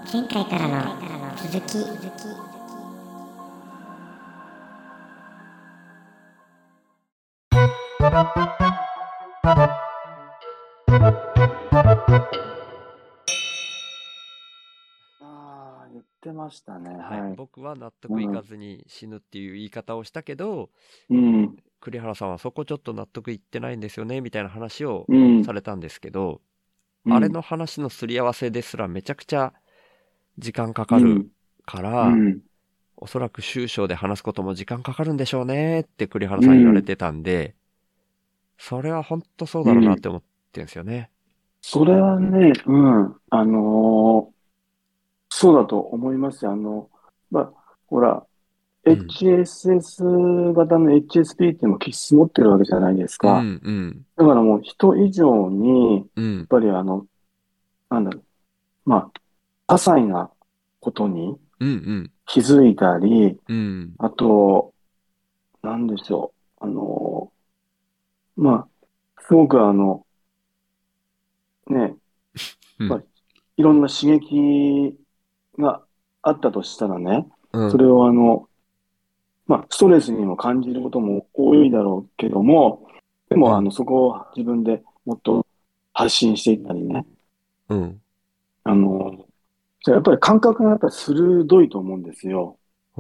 前回からの続き。 言ってましたね。 はいはい。 僕は納得いかずに死ぬっていう言い方をしたけど、 うん。 栗原さんはそこちょっと納得いってないんですよねみたいな話をうん。 されたんですけど、 うんあれの話のすり合わせですらめちゃくちゃ時間かかるうんかうら、 んおそらく終章で話すことも時間かかるんでしょうねって栗原うさん言われん。 てたんで、それは本当そうだろうなっうん。 て思ってるんですよね。 それはね、そうだと思いますよ。まあ、ほら、 うん。 HSS 型の HSP っていうのも気質持ってるわけじゃないですうん、 か。 うん、 だからもう人以上に、やっうん、 ぱりなんだろう、些細なことにうん、うん、 気づいたり、 うん、 あと、なんでしょう。すごくね、 うん、 まあ、いろんな刺激があったとしたらね、 うん、 それをストレスにも感じることも多いだろうけども、でも、 うん、 そこを自分でもっと発信していったりね、 うん、 あの、やっぱり感覚がやっぱり鋭いと思うんですよ。 うん、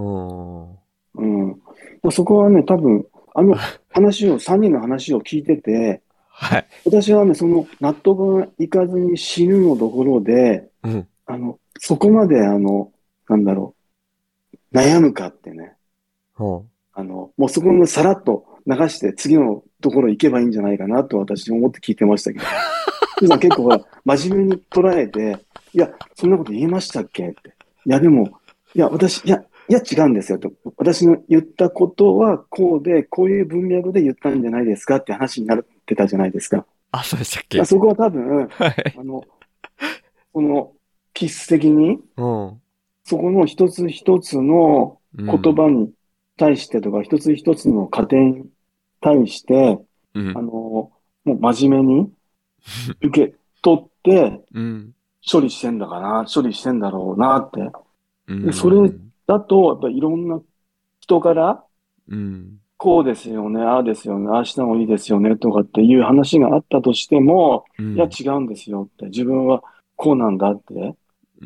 うん。そこはね、多分、3人の話を聞いてて、 はい。 私はね、その納得がいかずに死ぬのところで、 うん、 そこまでなんだろ悩むかってね、 ほもうそこのさらっと流して次のところ行けばいいんじゃないかなと私思って聞いてましたけど。ふうさん結構ほら、真面目に捉えて、いや、そんなこと言いましたっけって。いや、でも、いや、違うんですよと。私の言ったことはこうで、こういう文脈で言ったんじゃないですかって話になってたじゃないですか。だかあ、そうでしたっけ？ らそこは多分、 はい。 その、気質的に、 うん、 そこの一つ一つのうん、 言葉に対してとか、一つ一つの過程に対して、 うん、 もう真面目に受け取ってうん、 処理してんだろうなって。 うで、それん、 だと、やっぱりいろんな人から、 うん、 こうですよね、ああですよね、ああした方がいいですよね、とかっていう話があったとしても、いや、 うん、 違うんですよって、自分はこうなんだって、 うん、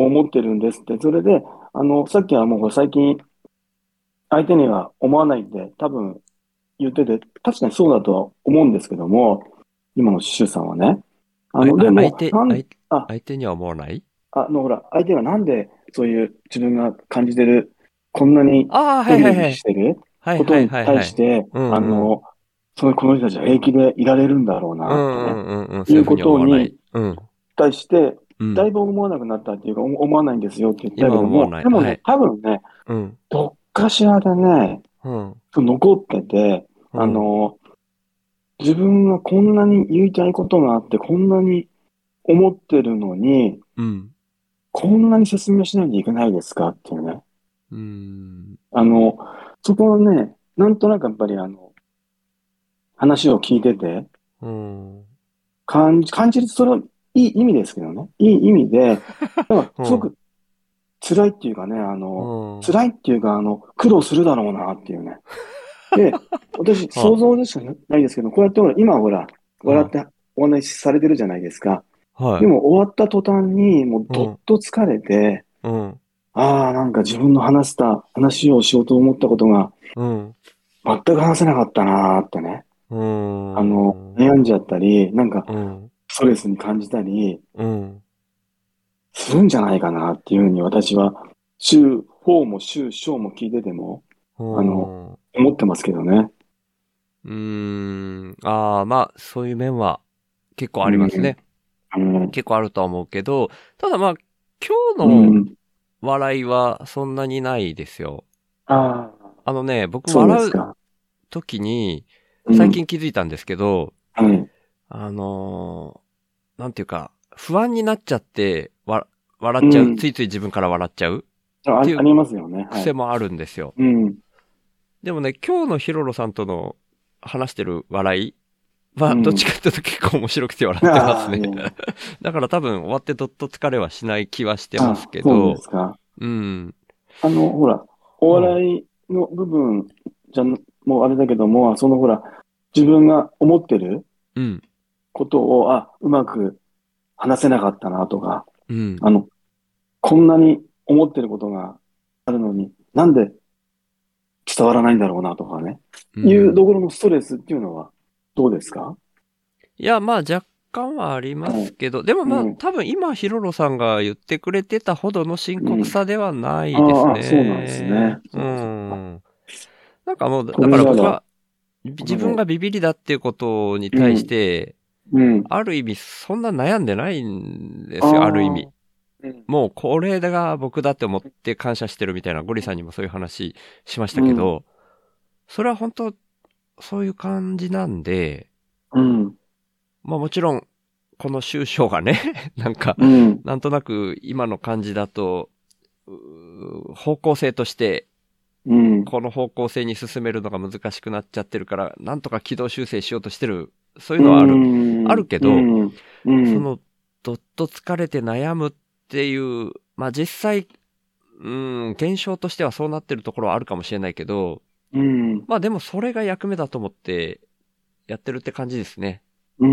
こう思ってるんですって。それで、さっきはもう最近、相手には思わないって多分言ってて、確かにそうだとは思うんですけども、今のシュウさんはね。でも、 相手には思わない？ ほら、相手がなんでそういう自分が感じてる、こんなにああ、はいドキドキはいはい。 してることにはいはいはいはい。 対して、 うんうん。 この人たちは平気でいられるんだろううなってね、 んうんうんうん。 いうこそういうふうにとに思わない。うん。 対して、 うん。 だいぶ思わなくなったっていうか、思わないんですよって言った今けども、 は思わない。 でもね、 はい。 多分ね、 うん。 どっかしらでね、 うん。 残ってて、 うん。 自分がこんなに言いたいことがあって、こんなに思ってるのに、 うん。 こんなに説明しないといけないですかっていうね。 うん。 あの、そこはね、なんとなくやっぱり話を聞いてて、 うん。 感じる、それはいい意味ですけどね。いい意味で、だからうん。 すごく辛いっていうかね、 うん。 辛いっていうか、苦労するだろうなっていうね。で、私、想は像でしかないですけど、こうやってほら、今ほら、 あ。は笑ってお話しされてるじゃないですか。 あ。はい。 でも終わった途端に、もうどっうん。 と疲れて、 うん。 ああ、なんか自分の話をしようと思ったことが、 うん。 全く話せなかったなーってね。 うん。 悩んじゃったり、なんか、 うん。 ストレスに感じたり、 うん。 するんじゃないかなっていうふうに私は、週4も週小も聞いてても、 う思ん。 ってますけどね。 うーん。ああ、まあ、そういう面は結構あうん、 りますね。 うん、 結構あるとは思うけど、ただまあ、今日うのん。 笑いはそんなにないですよ。 ああ、 あのね、僕そうで笑うすか。 時に、 うん、 最近気づいたんですけど、 はい。 あのなんていうか、不安になっちゃって、笑っちゃう。 うん。 ついつい自分から笑っちゃうっていうありますよね。はい。 癖もあるんですよ。 うん、 でもね、今日のヒロロさんとの話してる笑いまあ、 うんどっちかっていうと結構面白くて笑ってますね。 ああ、 だから多分終わってどっと疲れはしない気はしてますけそうでど、 すか。 うん。 ほら、おうん。 笑いの部分じゃ、もうあれだけども、ほら、自分が思ってるうん。 ことを、うまく話せなかったなとか、 うん。 あの、こんなに思ってることがあるのに、なんで伝わらないんだろうなとかね、いううん。 ところのストレスっていうのはどうですか？ いや、まあ若干はありまはい。 すけど、でもまあうん。 多分今ヒロロさんが言ってくれてたほどの深うん。 刻さではないですああ、そうなんですね。 ね。うそうか、そうか。 ん。なんかもう、 こだかれなら、 ら僕は自分はい。 がビビリだっていうことに対しうん。 て、 うん。 ある意味そんな悩んでないんであすよ、ある意あ、 味。 うん。 もうこれが僕だって思って感謝してるみたいな、ゴリさんにもそういう話しましたうん。 けど、それは本当そういう感じなんで、 うん。 まあもちろん、この終章がね、なんか、 うん。 なんとなく今の感じだと、方向性として、 うん。 この方向性に進めるのが難しくなっちゃってるから、なんとか軌道修正しようとしてる、そういううのはあるん。 けど、 うん。うん。 その、どっと疲れて悩むっていう、まあ実際、現象としてはそうなってるところはあるかもしれないけど、 うん。 まあでもそれが役目だと思ってやってるって感じですね。 うん。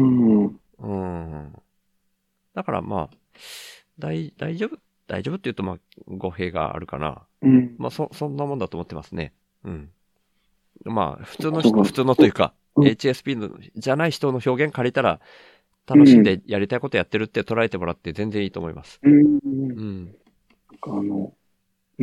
うん。だからまあ、大丈夫大丈夫って言うとまあ、語弊があるかな。 うん。 まあそんなもんだと思ってますね。うん。まあ、 そうか。 普通のというか、 うん。 HSP の、じゃない人の表現借りたら、楽しんうん。 でやりたいことやってるって捉えてもらって全然いいと思います。 うん。 うん。 ね、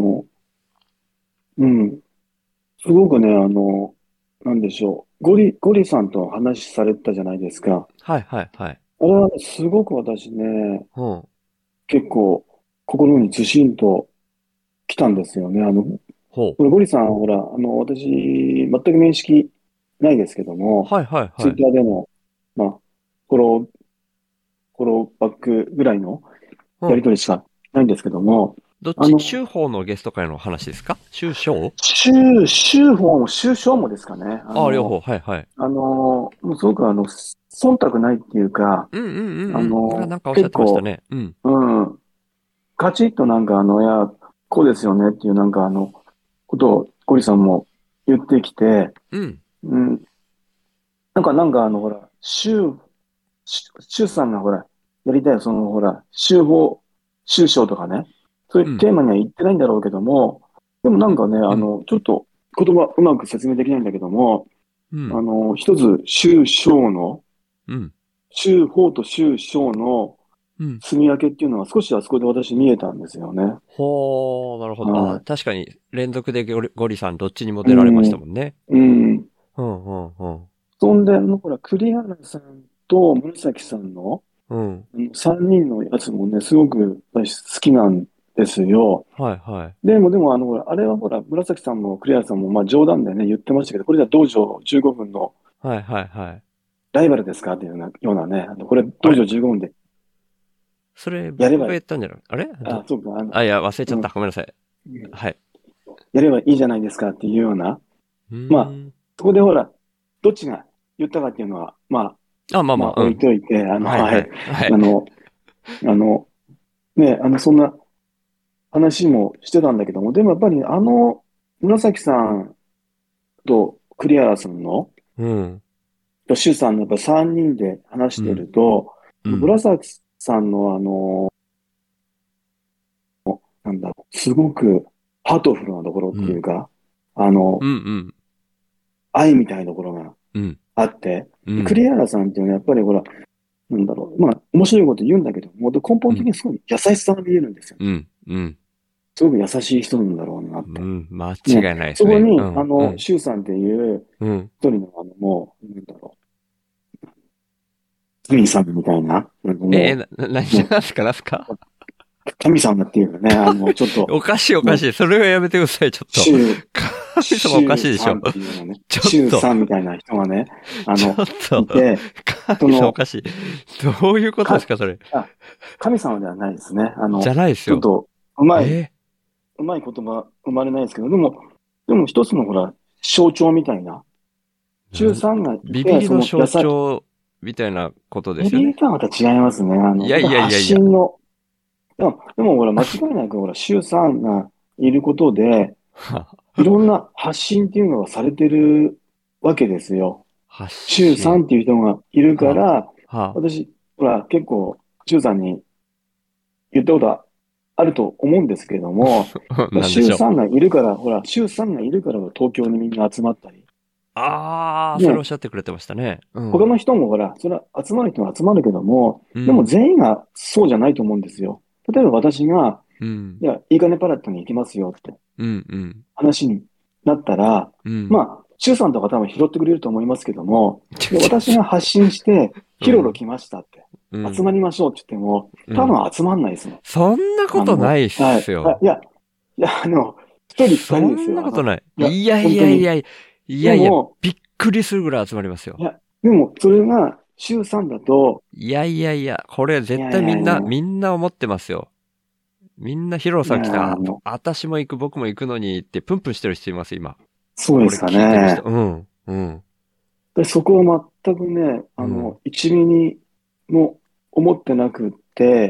うん。すごくね、なんでしょう。ゴリさんと話されたじゃないですか。 はいはいはい。 あれはね、すごく私ね、 うん。 結構心にずしんと来たんですよね。 ほう。 これゴリさん、ほら、私、全く面識ないですけども、 はいはいツイッはい。 ターでの、まあ、フォロフォローバックぐらいのうん。 やりとりしかないんですけども、 どっち、 あの、 州法のゲスト会の話ですか？州章州法も州章もですかね。 ああ、両方。はいはい。 もうすごく忖度ないっていうか、 うんうんうんうん。あ、なんかおっしゃっ結構、 てましたね。うん。 うん、カチッとなんかいや、こうですよねっていうなんかことをゴリさんも言ってきて、 うん。 うん、なんかほら、州さんがほら、やりたい、ほら、州章とかね、そういううん。 テーマには言ってないんだろうけども、でもなんかね、 うん。 ちょっと言葉うまく説明できないんだけども、 うん。 一つ州章の、 うん。 州法と州章のうん。 住み分けっていうのは少しあそこで私見えたんですよね。 ほー、なるほど。あ、 は確かに連続でゴリさんどっちにもい。う出られましたん、 もんね。 うん。 うんうんうん。 そんで、ほら、栗原さんと紫さんのうん。 3人のやつもね、すごく私好きなんですよ。 はいはい。 でも、ほら、あれはほら、紫さんも栗原さんも、まあ冗談でね、言ってましたけど、これじゃ道場15分のはいはいはい。 ライバルですかっていうようなね、これ道場あれ 15分でそれやれば、 僕が言ったんじゃないあれそうか、 あ、いや、忘れちゃうん、 った。ごめんなさい。はい。 やればいいじゃないですかっていうような、 うーまあ、 ん。 そこでほら、どっちが言ったかっていうのは、 あ、まあまあ、うまあ置いん。 といて、はい。 はいはい。はい。 あの、あの、ね、そんな話もしてたんだけども、でもやっぱり紫さんと栗原さんの、 うん。 と周さんのやっぱ3人で話してうん。 ると、 うん。 紫さんのなんだろう、すごくハートフルなところっうん。 ていうか、あの、 うん。うん。 愛みたいなところがうん。 あって、 うん。 栗原さんっていうのはやっぱりほら、なんだろう、まあ、面白いこと言うんだけど、もっと根うん。 本的にすごい優しさが見えるんですよね。 うん。うん。 すごく優しい人なんだろうなって。 うん。間違いね、 ないですね。うそこに、 ん。うん。 周さんっていううん。 一人のもう、なんだろう、神様みたいな、なんかも何う、ね、 なんすかなんすか神様っていうかね、ちょっと、 おかしいおかもう、 しい。それはやめてください、ちょっと。 周、 神様おかしいでしょ。 周さんっていうようなね、 ちょっ周と、 さんみたいな人がね、 ちょっと、 いて、そ神様おの、 かしい。どういうことですか、 か、それ。 神様ではないですね。 じゃないですよ。 ちょっと、うまい、 えうまい言葉生まれないですけど、でも一つのほら、象徴みたいな、 周さんがいて、 ビビりの象その徴みたいなことですビビよね。 りとはまた違いますね。 いやいやいやいや発信の、でもほら、間違いなくほら、周さんがいることで、いろんな発信っていうのがされてるわけですよ。 発周さん信。 っていう人がいるから、 は私、ほら、結構、周さんに言ったことはあると思うんですけども、 あ、なんでしょう。 周さんがいるから、ほら、周さんがいるから東京にみんな集まったり。 ああ、それおっね、 しゃってくれてましたね。うん。 他の人もほら、それは集まる人は集まるけども、でもうん。 全員がそうじゃないと思うんですよ。例えば私が、 うん。 いや、いいかねパレットに行きますよってうん。うん。 話になったら、 うん。 まあ、周さんとか多分拾ってくれると思いますけども、で私が発信して、 うん。 ヒロロ来ましたって、集まうん。 りましょうって言っても、多うん。 分集まんないですもん。 そんなことないっはい。 すよ。 いや、一人二人ですよ。 そんなことない。 いや、 いやい本当に。 やいやいやいや、 でも、 びっくりするぐらい集まりますよ。 それが、週3だと、 いやいやいや、これい絶やいやいや、 みんな思ってますよ。みんなヒロさん来たら、 も私も行く、僕も行くのにってプンプンしてる人います、今。これそうですか聞いてる人。 ね。 うん、うん、 で、そこは全くね、 うん。 1ミリも思ってなくって、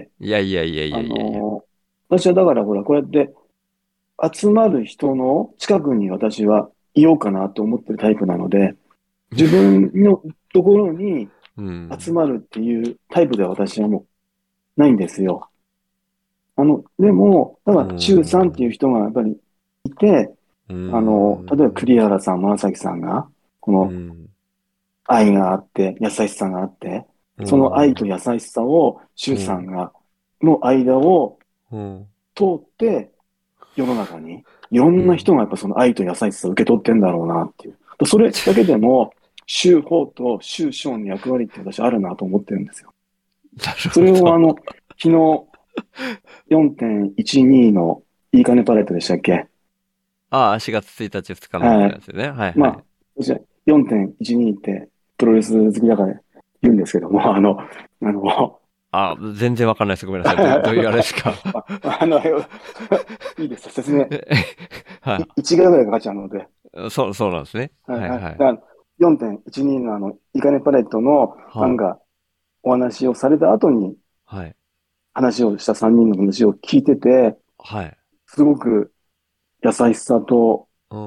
いやいやいやいやあいやいや。 の、私はだからほら、こうやって集まる人の近くに私はいようかなと思ってるタイプなので、自分のところにうん。 集まるっていうタイプでは私はもうないんですよ。でも、だかうら、周さんっていうん。 人がやっぱりいて、 う例えば栗ん。 原さん、正崎さんが、このうん。 愛があって、優しさがあって、 うその愛とん。 優しさを、周さんうん。 が、の間をうん。 通って、世の中に、いろんなうん。 人がやっぱその愛と優しさを受け取ってんだろうなっていう。それだけでも、周法と周章の役割って私あるなと思ってるんですよ。 なるそれをほど。 昨日4.12のいいかねパレットでしたっけ？ ああ、4月1日2日のはい。 やつね。はいまあ、 はい。 私は4.12ってプロレス好きだから言うんですけども、あの、 あ、全然わかんないです。ごめんなさい。どういうあれですか？ あの、いいです。説明、 は 1回ぐらいかかっちゃうので、 い。そうなんですね。 はいはい。 はいはい。 だから4.12のいかねパレットの、 はお話をされた後に、 あ、はい。 話をした3人の話を聞いてて、 はい。 すごく優しさとうん。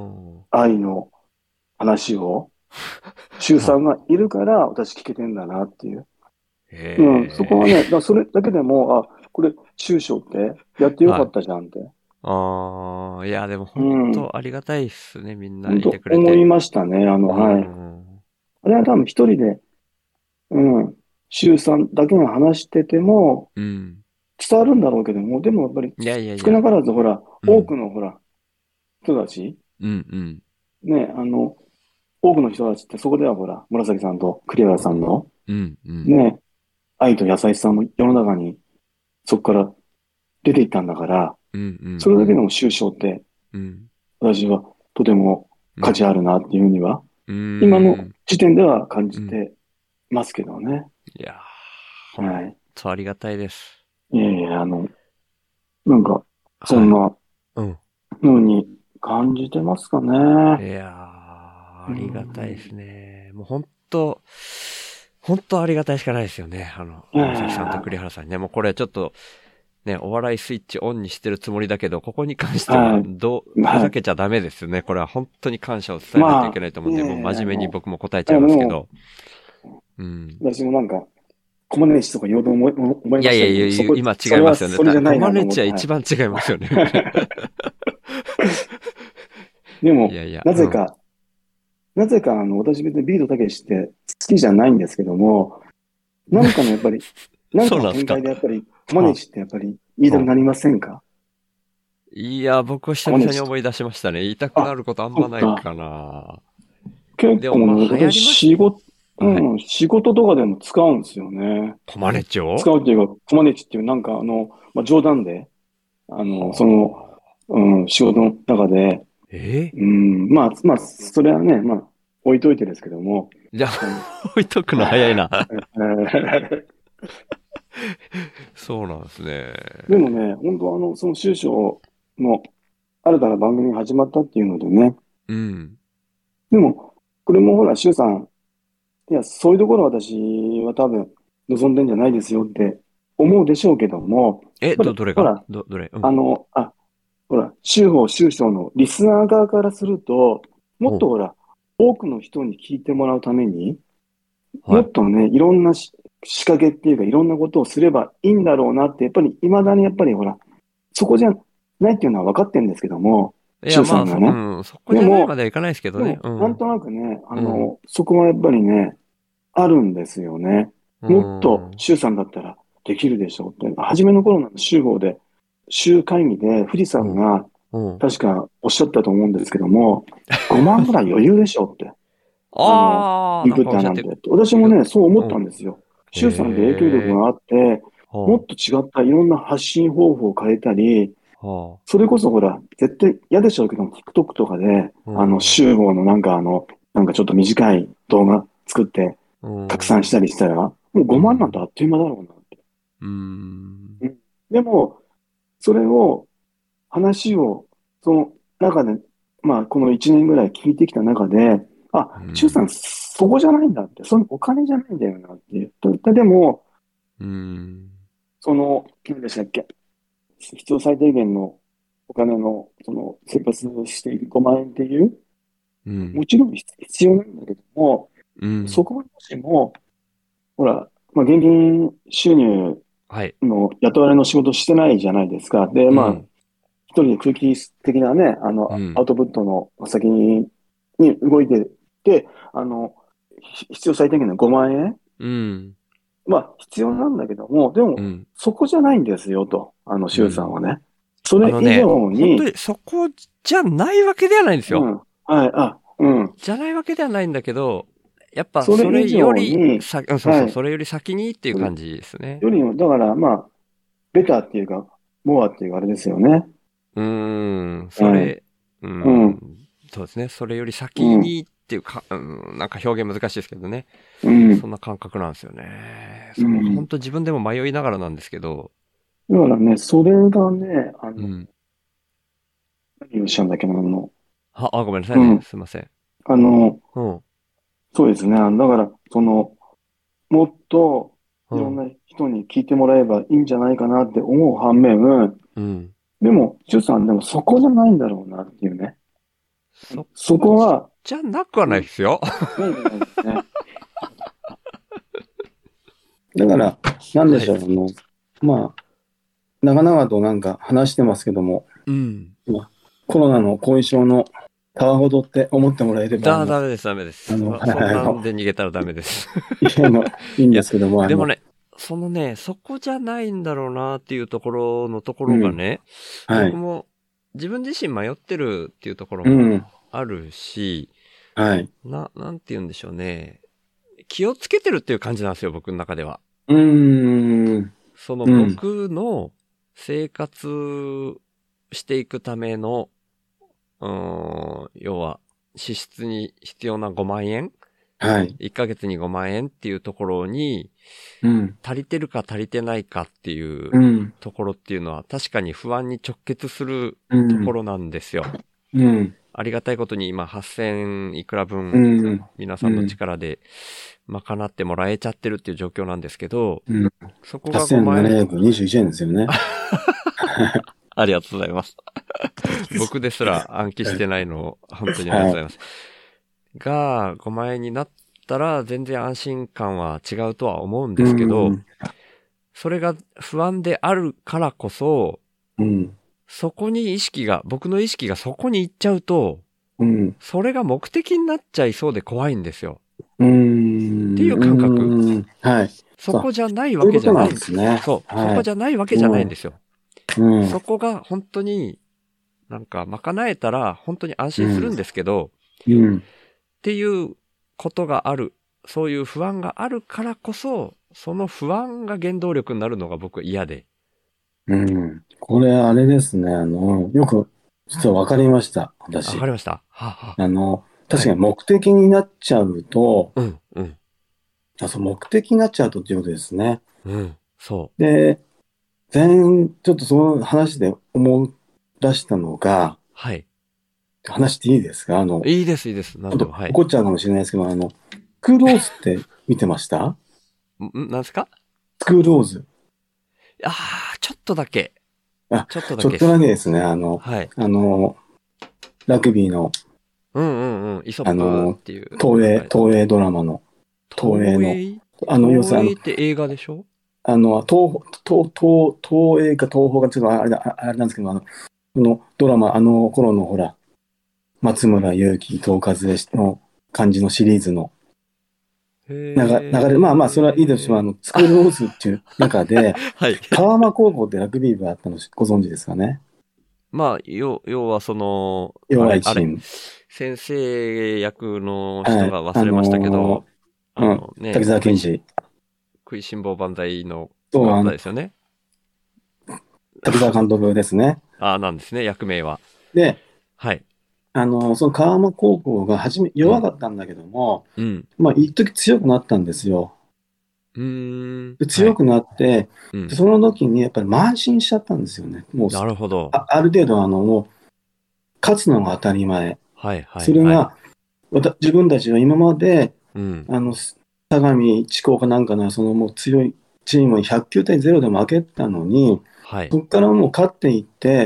愛の話を、周さはんがいるから私聞けてんだなっていう。うん、そこへえ。 はね、それだけでも、これ、中小ってやってよかはい。 ったじゃんって。 ああ、いや、でもう本ん、 当ありがたいっすね。みんないて本当思いくれて。 ましたね。 うはい。 ん。 あれは多分一人で、うん、周さんだけが話しててもうん。 伝わるんだろうけども、でもやっぱりいやいやいや。 少なからずほら、多うん。 くのほら、人たち、 うん、うん。 ね、多くの人たちってそこではほら、紫さんと栗原うん。 さんの、 うん、うん。 ね、愛と優しさも世の中にそこから出ていったんだから、 うん、うん、 それうん。 だけでも抽象ってうん。 私はとても価値うん。 あるなっていうふうには、 う今のん。 時点では感うん。 じてますけどね。 いやー、ほんはい。 とありがたいです。 いえいえ、なんか、そはい。 んなうん。 風に感じてますかね。 いやー、 うありがたいですん。 ね。もう本当ありがたいしかないですよね。 いやいまさきさんとやいや、 栗原さんにね。もうこれちょっと、ね、お笑いスイッチオンにしてるつもりだけど、ここに関しては、 はい。 ふはい。 ざけちゃダメですよね。これは本当に感謝を伝えないといけまあ、 ないと思うんで、もう真面目に僕も答えちゃいでも、 ますけど。うん。 私もなんか、コマネチとか言おうと思いいやいやましたけども、 いや、今それは違いますよね。 それじゃなコいなと思って、 マネチははい。 一番違いますよね。 でも、 いやいや、うん。 なぜか、私別にビートたけしって好きじゃないんですけども、なんかのやっぱり、なんかの展そうなんですか。 開でやっぱり、コマネはチってやっぱり言いあ、うん。 たくなりませんか？ いや、僕久コマネチって。 々に思い出しましたね。言いたくなあ、 ることあんそっか。 まないかな。でも結構ね、 まあ流行りましはい。 仕事とかでも使うんですよね。 コマネチを使うっていうか、コマネチっていうなんか冗談で、 はあ。 仕事の中で、 えそれはね、置いといてですけども、 じゃあ、 あの、 置いとくの早いな。そうなんですね。 でもね、本当その中小の新たな番組が始まったっていうのでね、 うん。 でも、 これもほら、周さん、いや、そういうところ私は多分望んでんじゃないですよって思うでしょうけども、 どれがほら、 どれうん。 ほら、州法、州章のリスナー側からすると、もっとほら、多くの人に聞いてもらうために、 はい。 もっとね、いろんな仕掛けっていうか、いろんなことをすればいいんだろうなって、やっぱり未だにやっぱりほら、そこじゃないっていうのは分かってるんですけども、 いや、 周さまあ、 んがね。 そこじゃないまでも、 ではいかないですけどね。 でも、 うん。 なんとなくね、 うん。 そこはやっぱりね、あるんですよね。 うもっと、 ん。 周さんだったらできるでしょうって。初めの頃の州法で、州会議で、富士うん。 山が、 うん。 確かおっしゃったと思うんですけども、5万ぐらい余裕でしょうって。あの、 ああ、 リなんクターなんて。 かおっしゃってる。 私もね、そう思っうん。 たんですよ。 へ周さんって影響力え。 があって、もはっと違ったいろんな発信方法を変えたり、 あ。はそれこそほら、絶対嫌でしょうけど、TikTok とかで、 あ。うん。 集合のなんかちょっと短い動画作ってうん。 拡散したりしたら、もう5万なんてあっという間だろうなって。 うん。 うん。でも、それを、話を、その中で、まあ、この1年ぐらい聞いてきた中で、あ、周さん、 うん。 そこじゃないんだって、そのお金じゃないんだよなって言って、でも、 うん。 何でしたっけ、必要最低限のお金の、生活している5万円っていう、 うん。 もちろん必要なんだけども、 うん。 そこがもしも、ほら、まあ、現金収入はい。 の雇われの仕事してないじゃないですか。で、まあ、 うん。 一人で空気的なね、 うん。 アウトプットの先に動いてて、必要最低限の5万円、 うん。 まあ、必要なんだけども、でも、 うん。 そこじゃないんですよ、と、周さんうん。 はね。それ以上に、 本当にそこじゃないわけではないんですよ。 うん、はい、うん、 じゃないわけではないんだけど、やっぱそれそれ以より上に、 そうそう、 はい、 それより先にっていううん、 感じですね。 よりも、だから、まあ、ベターっていうか、モアっていうあれですよね。 そはい、 れ、 うん、 そうですね。それよりうん、 先にっていうか、なんか表現難しいですけどね。 うん、 そんな感覚なんですよね。そこがうん。 本当自分でも迷いながらなんですけど、 だからね、それがね、 うん。 何をしたんだっけな、 ごめんなさいね。 うん、 すいません。 あの、 うん。 そうですね。だから、もっとうん。 いろんな人に聞いてもらえばいいんじゃないかなって思う反面、 うん。 でも、ジュさん、でもそこじゃないんだろうなっていうね。 そそここは、 じゃなくはうん、 ないですよ。 ないじゃないですね。だから、なんではい。 しょう、まあ、長々となんか話してますけども、 うん。 まあコロナの後遺症のたわごとって思ってもらえれば、 ダメです、ダメです。そんはい、 なんで逃げたらダメです。 いや、いいんいや、 ですけども、 でもね、そこじゃないんだろうなっていうところのとこうん、 ろがね、 はい、 僕も自分自身迷ってるっていうところもうん、 あるし、 はい、 なんて言うんでしょうね。気をつけてるっていう感じなんですよ、僕の中では。 うーん、 そのうん、 僕の生活していくための、要は支出に必要な5万円はい、 ?1 ヶ月に5万円っていうところにうん、 足りてるか足りてないかっていううん、 ところっていうのは確かに不安に直結するうん、 ところなんですよ。 うん、 ありがたいことに今8000いくら分うん、 皆さんのうん、 力で賄ってもらえちゃってるっていう状況なんですけど、 うん。 そこが5万円。 8721円ですよね。 ありがとうございます。僕ですら暗記してないのを本当にありがとうごはい。 ざいます。が、5万円になったら全然安心感は違うとは思うんうですけど、 ん、 それが不安であるからこそ、 うん、 そこに僕の意識がそこに行っちゃうと、 うん、 それが目的になっちゃいそうで怖いんですよ。 うっていう感覚。 ん、はい。そう。 そこじゃないわそういうことなんけじゃない。 ですね。 そう。そはい。 こじゃないわけじゃうん、 ないんですよ。 うん、 そこが本当になんか賄えたら本当に安うん、 心するんですけど、 うん、 っていうことがある。そういう不安があるからこそ、その不安が原動力になるのが僕は嫌で。 うん。これ、あれですね。よく、実は分かりました。 わか私。 りました確はい。 かに目的になっちゃうと、 うん、うん、 そう、目的になっちゃうとっていうことですね。 うん。そう。 で、ちょっとその話で思い出したのが、 はい。 話していいですか？ いいです、いいです。 ちょっとなんでも、はい。 怒っちゃうかもしれないですけど、スクールオーズって見てました？ なんですか？ スクールオーズ。 ああ、ちょっとだけ。 あ、 ちょっとだちょっとだけです。 けですね、 はい。 あの、ラグビーの、 うんうんうん。イソップっていう、 東映ドラマの、東映の、 東映要するに東映って映画でしょ？ 東映か東宝かちょっとあれなんですけど、このドラマ、あの頃のほら、松村雄基、伊藤和恵の感じのシリーズの流れ、まあまあ、それはいいとしても、 へえ。 スクールオーズっていう中で、 はい。 川間高校ってラグビー部があったのご存知ですかね？ まあ、要はその、 弱いチーム。 先生役のはい。 人が忘れましたけど、 滝沢賢治。 食いしん坊万歳のと、 方ですよね。 滝沢監督ですね。 ああ、なんですね、役名は。 で、 はい。 その川間高校が初めうん。 弱かったんだけども、 うん。 まあ、一時強くなったんですよ。 うーん。 で、 はい。 強くなって、でうん。 その時にやっぱり慢心しちゃったんですよね。もう、 なるほど。 ある程度、もう、勝つのが当たり前。 はいはいはい。 それが、自分たちは今まで、 うん。 相模地高かなんかの、そのもう強いチームに109対0で負けたのに、 はい。 そこからもう勝っていって、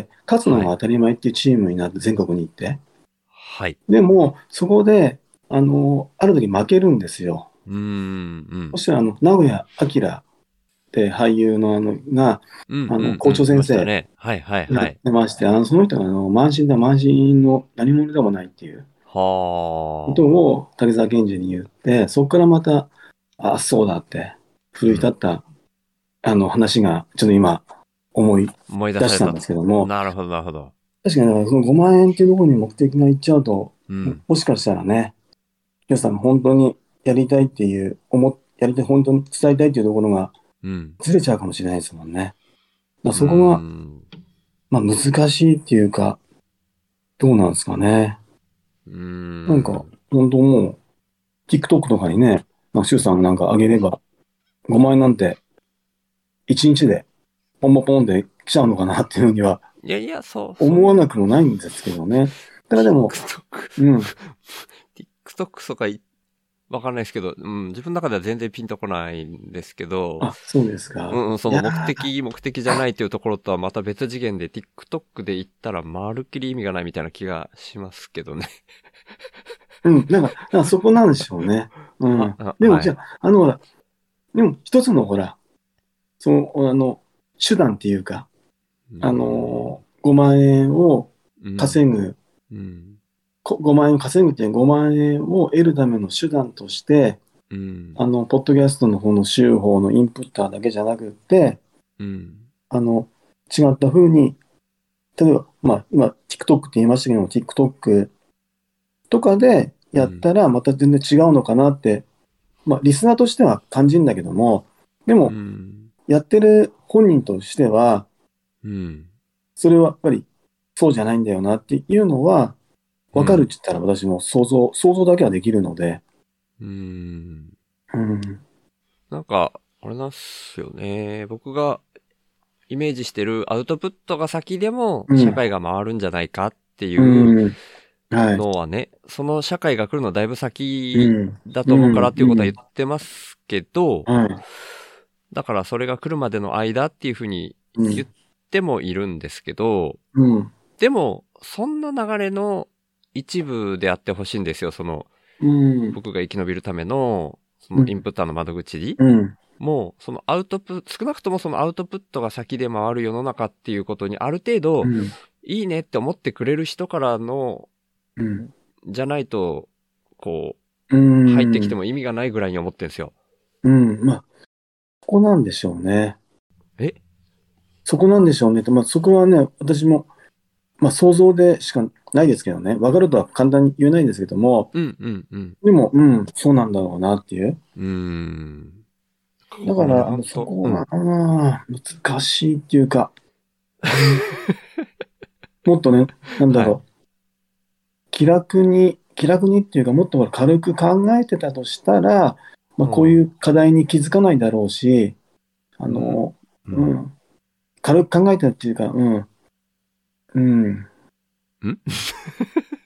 勝つのはい。 が当たり前っていうチームになって、全国に行って。 はい。 でも、そこで、ある時負けるんですよ。 うーん。うん。 そしたら、名古屋明って俳優のが、 うんうんう校長ん。いま先生したね。はいはいやっはい。 てまして、その人が、慢心の何者でもないっていうことはあ。 を竹澤賢治に言って、そこからまた、あ、そうだって、奮い立うん。 った、話が、ちょっと今、思い思い出出したんでされたと。 すけども、 なるほどなるほど。 確かに、その5万円っていうところに目的がいっちゃうと、 うん。 もしかしたらね、皆さんが本当にやりたいっていう、やりたい、本当に伝えたいっていうところがうん。 ずれちゃうかもしれないですもんね。だからうーそこが、 ん。 まあ難しいっていうか、どうなんですかね。 うーなんか、 ん。 本当もう、TikTok とかにね、まあ、シュウさんなんか上げれば、5万円なんて1日でポンポンポンって来ちゃうのかなっていうふうにはいやいや、そういう、 思わなくもないんですけどね。ただでも、 TikTok、 うん。 TikTok とかわかんないですけど、うん、自分の中では全然ピンとこないんですけど、 あ、そうですか。 うん、そいやの目的じゃないっていうところとはまた別次元で TikTok で言ったらまるっきり意味がないみたいな気がしますけどね。 うん。なんかそこなんでしょうね。うん。でもはい。 じゃあ、ほら、でも一つのほら、その、手段っていうか、 うーん。 5万円をうん。 稼ぐ、 うん。 5万円を稼ぐっていう5万円を得るための手段として、 うん。 ポッドキャストの方の週報のインプッターだけじゃなくって、 うん。 違った風に、例えば、まあ、今、TikTok って言いましたけども、TikTok とかでやっうん。 たらまた全然違うのかなって、まあ、リスナーとしては感じるんだけども、でうも、 ん。 やってる本人としては、 うん。 それはやっぱりそうじゃないんだよなっていうのは、わかるっうん。 て言ったら私も想像だけはできるので、 うん。 うん、 なんか、あれなんすよね。僕がイメージしてるアウトプットが先でもうん、 社会が回るんじゃないかってういうん、はい、 のはね、その社会が来るのだいぶ先うん、 だと思うからうん、 っていうことはうん、 言ってますけど、 はい、 だからそれが来るまでの間っていうふうに言っうん、 てもいるんですけど、 うん、 でも、そんな流れの一部であってほしいんですよ。その、 うん、 僕が生き延びるための、そのインうん、 プッターの窓口に、 うん、 もう、その少なくともそのアウトプットが先で回る世の中っていうことにある程度、 うん、 いいねって思ってくれる人からの、 うん、 じゃないと、こうう、入ってきてん、 も意味がないぐらいに思ってるんですよ。 うん、まあ、ここなんでしょうね。 えそこなんでしょうねと、まあ、そこはね、私も、まあ、想像でしかないですけどね。わかるとは簡単に言えないんですけども、 うんうんうん。 でも、うん、そうなんだろうなっていう。 うーん。 だから、 これほんと、 そこが、 うん。 難しいっていうか、もっとね、なんだはい。 ろう、気楽にっていうか、もっと軽く考えてたとしたら、まあ、こういうん。 う課題に気づかないだろうし、あうん。 の、 うん。 うん、軽く考えてたっていうか、うん、うん、 ん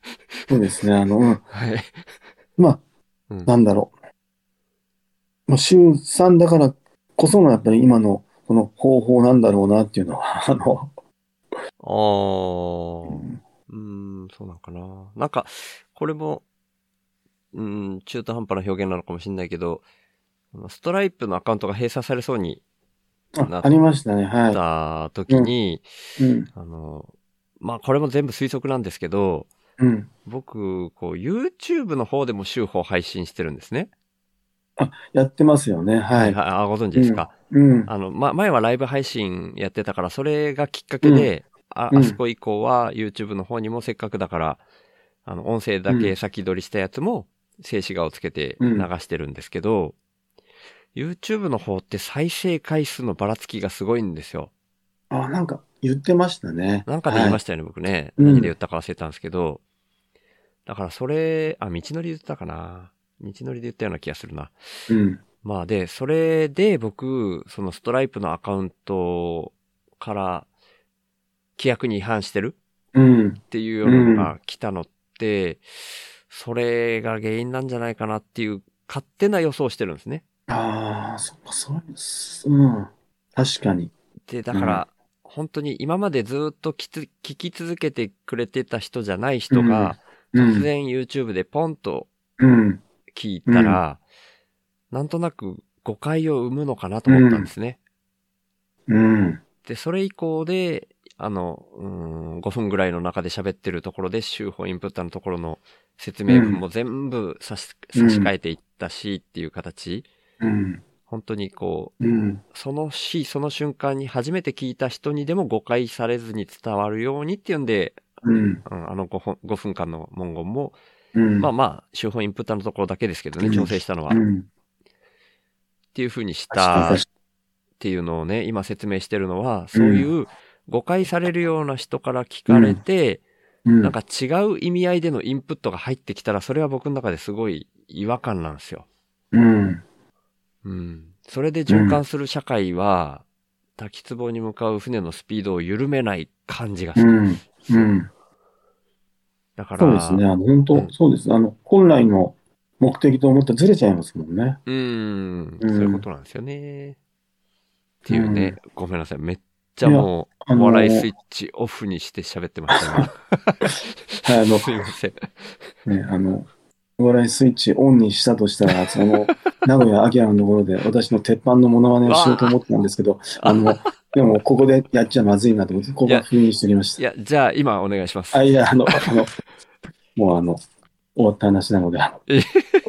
そうですね。 はい。 まあ、 うん。 なんだろう。まあ、週3だからこそのやっぱり今のこの方法なんだろうなっていうのは、 ああ。そうなんかな。なんか、これも、中途半端な表現なのかもしれないけど、ストライプのアカウントが閉鎖されそうになっありましたね。はい。 た時うん、 に、 うん、 あの、まあ、これも全部推測なんですけど、 うん。 僕、YouTube の方でも週報配信してるんですね。 やってますよね。はい。 はいはい、ご存知でうん、 すか。 うん、 前はライブ配信やってたから、それがきっかうん、 けで、 うん、 あそこ以降は YouTube の方にもせっかくだから、音声だけうん、 先取りしたやつも、静止画をつけて流うん。 してるんですけど、YouTube の方って再生回数のばらつきがすごいんですよ。 なんか言ってましたね。 なんかで言いはい。 ましたよね、僕ね。 うん、 何で言ったか忘れたんですけど。だからそれ、道のりで言ったかな。道のりで言ったような気がするな。 うん、 まあで、それで僕、そのストライプのアカウントから規約に違反してるうん、 っていうよううなのん。 が来たのって、それが原因なんじゃないかなっていう勝手な予想をしてるんですね。 ああ、そっか、そうです。うん。確かに。 で、だうん、 から、本当に今までずっと聞き続けてくれてた人じゃないうん、 人が、 うん、 突然 YouTube でポンとうん、 聞いうん、 たら、なんとなく誤解を生むのかなとう思ったんでん、 すね。 うん、 で、それ以降で、5分ぐらいの中で喋ってるところで、週報インプットのところの説明文うん、 も全部差し替うん、 えていったしっていう形。 うん、 本当にうん、 その日、その瞬間に初めて聞いた人にでも誤解されずに伝わるようにっていうんで、 うん、 5分間の文言も、 うん、 まあまあ、手法インプットのところだけですけどね、 うん、 調整したのは。っうん。 ていう風にし確かに、 たっ確かていうのをね、今説明してるのは、 に。うん、 そういう誤解されるような人から聞かれうん、 て、 うん、 なんか違う意味合いでのインプットが入ってきたら、それは僕の中ですごい違和感なんですよ。 うん、 うん。それでうん、 循環する社会は、滝壺に向かう船のスピードを緩めない感じがするんでうん、 すよ。 うん。 だから、 そうですね。本当、 うん。 そうです。本来の目的と思ってずれちゃいますもんね。 そういうこうん、 となんですよね。っていうね、 うん。 ごめんなさい。めっちいや、 ゃもう、お笑いスイッチオフにして喋ってました、今。 はい、 すいません。 ね、お笑いスイッチオンにしたとしたら、名古屋アキラのところで私の鉄板のモノマネをしようとわ思ってたんですけど、 あでもここでやっちゃまずいなと思って、こいや、 こは封印しておきました。 じゃあ今お願いします。 いや、もう終わった話なので、 え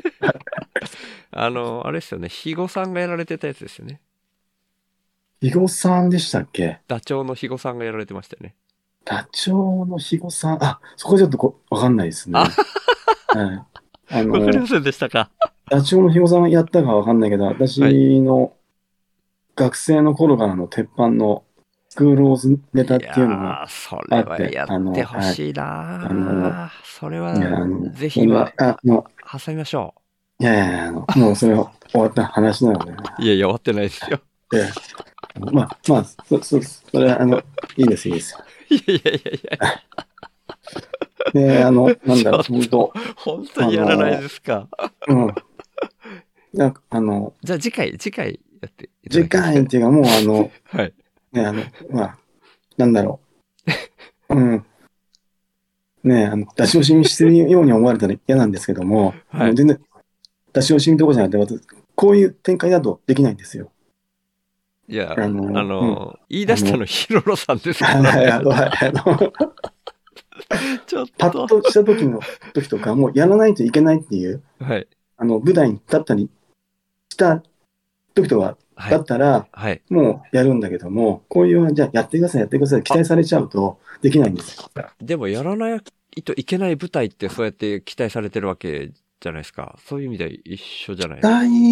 あれですよね。肥後さんがやられてたやつですよね。 肥後さんでしたっけ？ ダチョウの肥後さんがやられてましたよね。 ダチョウの肥後さん、そこちょっとわかんないですあ、 ね。はい。 わかりませんでしたか。 ダチョウの肥後さんやったかわかんないけど、 はい。 私の学生の頃からの鉄板のスクールオズネタいっていうのがやー、それはあって、 やってほはい。 しいあの、 なー。それいや、 は、ぜそれは、 ひ今、 あ、 挟みましょいやいやいや、もうそれは終わった話なのでね。 う。いやいや、終わってないですよ。 で、まあ、それは、いいです、いいです。 いやいやいやいや、 で、なんだろう、 ちょっ本と、 当本当あにやらないの、 ですか。 うん、なんか、 じゃあ次回やっていただ次けますかね。 回っていうか、もうはい。 ね、まあ、なんだろう、うん、ね、出し惜しみしてるように思われたら嫌なんですけども、 はい。 全然出し惜しみどころじゃなくて、こういう展開だとできないんですよ。 いや、 うん、 言い出したのヒロロさんですからはい、 ね。ちょっと。 パッとした時とか、もうやらないといけないっていう、 はい。 舞台に立ったりした時とかだはい。 ったら、 はい。 もうやるんだけども、こういう、じゃあやってください、やってください、期あ、 待されちゃうとできないんですよ。 でもやらないといけない舞台ってそうやって期待されてるわけじゃないですか。そういう意味では一緒じゃない。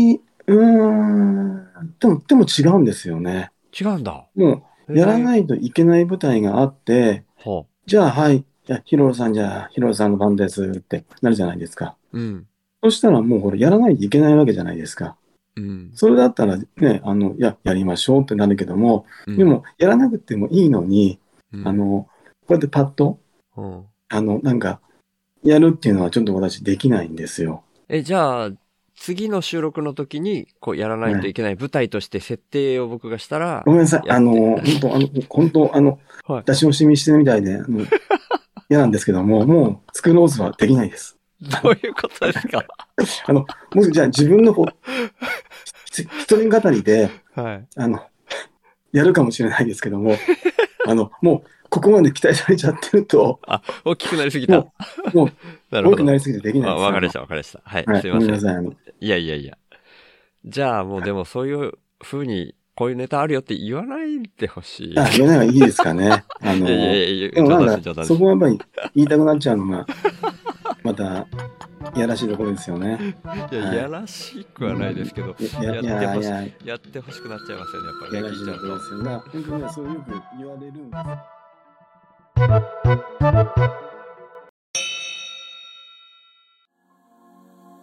でも違うんですよね。 違うんだ。 もう、やらへえ。 ないといけない舞台があって、 はあ。 じゃあ、はい、じゃあ、ヒロさんの番ですってなるじゃないですか。 うん。 そしたらもうこれやらないといけないわけじゃないですか。 うん。 それだったらね、やりましょうってなるけども、 うん。 でも、やらなくてもいいのに、 うん。 こうやってパッと、 うん。 なんか、 やるっていうのはちょっと私できないんですよ。 じゃあ、次の収録の時に、こう、やらないといけない舞台として設定を僕がしたら、 ごめんなさい。 やって本当、 はい。 出し惜しみしてるみたいで、嫌なんですけども、もう、スクローズはできないです。 どういうことですか？ もしじゃあ自分の一人語りで、 はい。 やるかもしれないですけども、もう、ここまで期待されちゃってると、 あ、大きくなりすぎた。 もう、 なるほど。 大きくなりすぎてできないです。 わかりました、わかりました。はい、 はい、 すいません。 ごめんなさい。 いやいやいや。じゃあもうでもそういう風に、こういうネタあるよって言わないでほしい。 言わない方がいいですかね。 いやいやいや、 でもなんか、 冗談です。 そこはやっぱり言いたくなっちゃうのが、また、いやらしいところですよね。 いや、いやらしくはないですけど、やってほしくなっちゃいますよね、やっぱりね、 いやらしいと聞いちゃうと。 ころですよね。本当にね、そうよく言われるんです。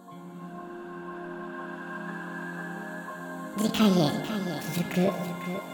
次回へ続く。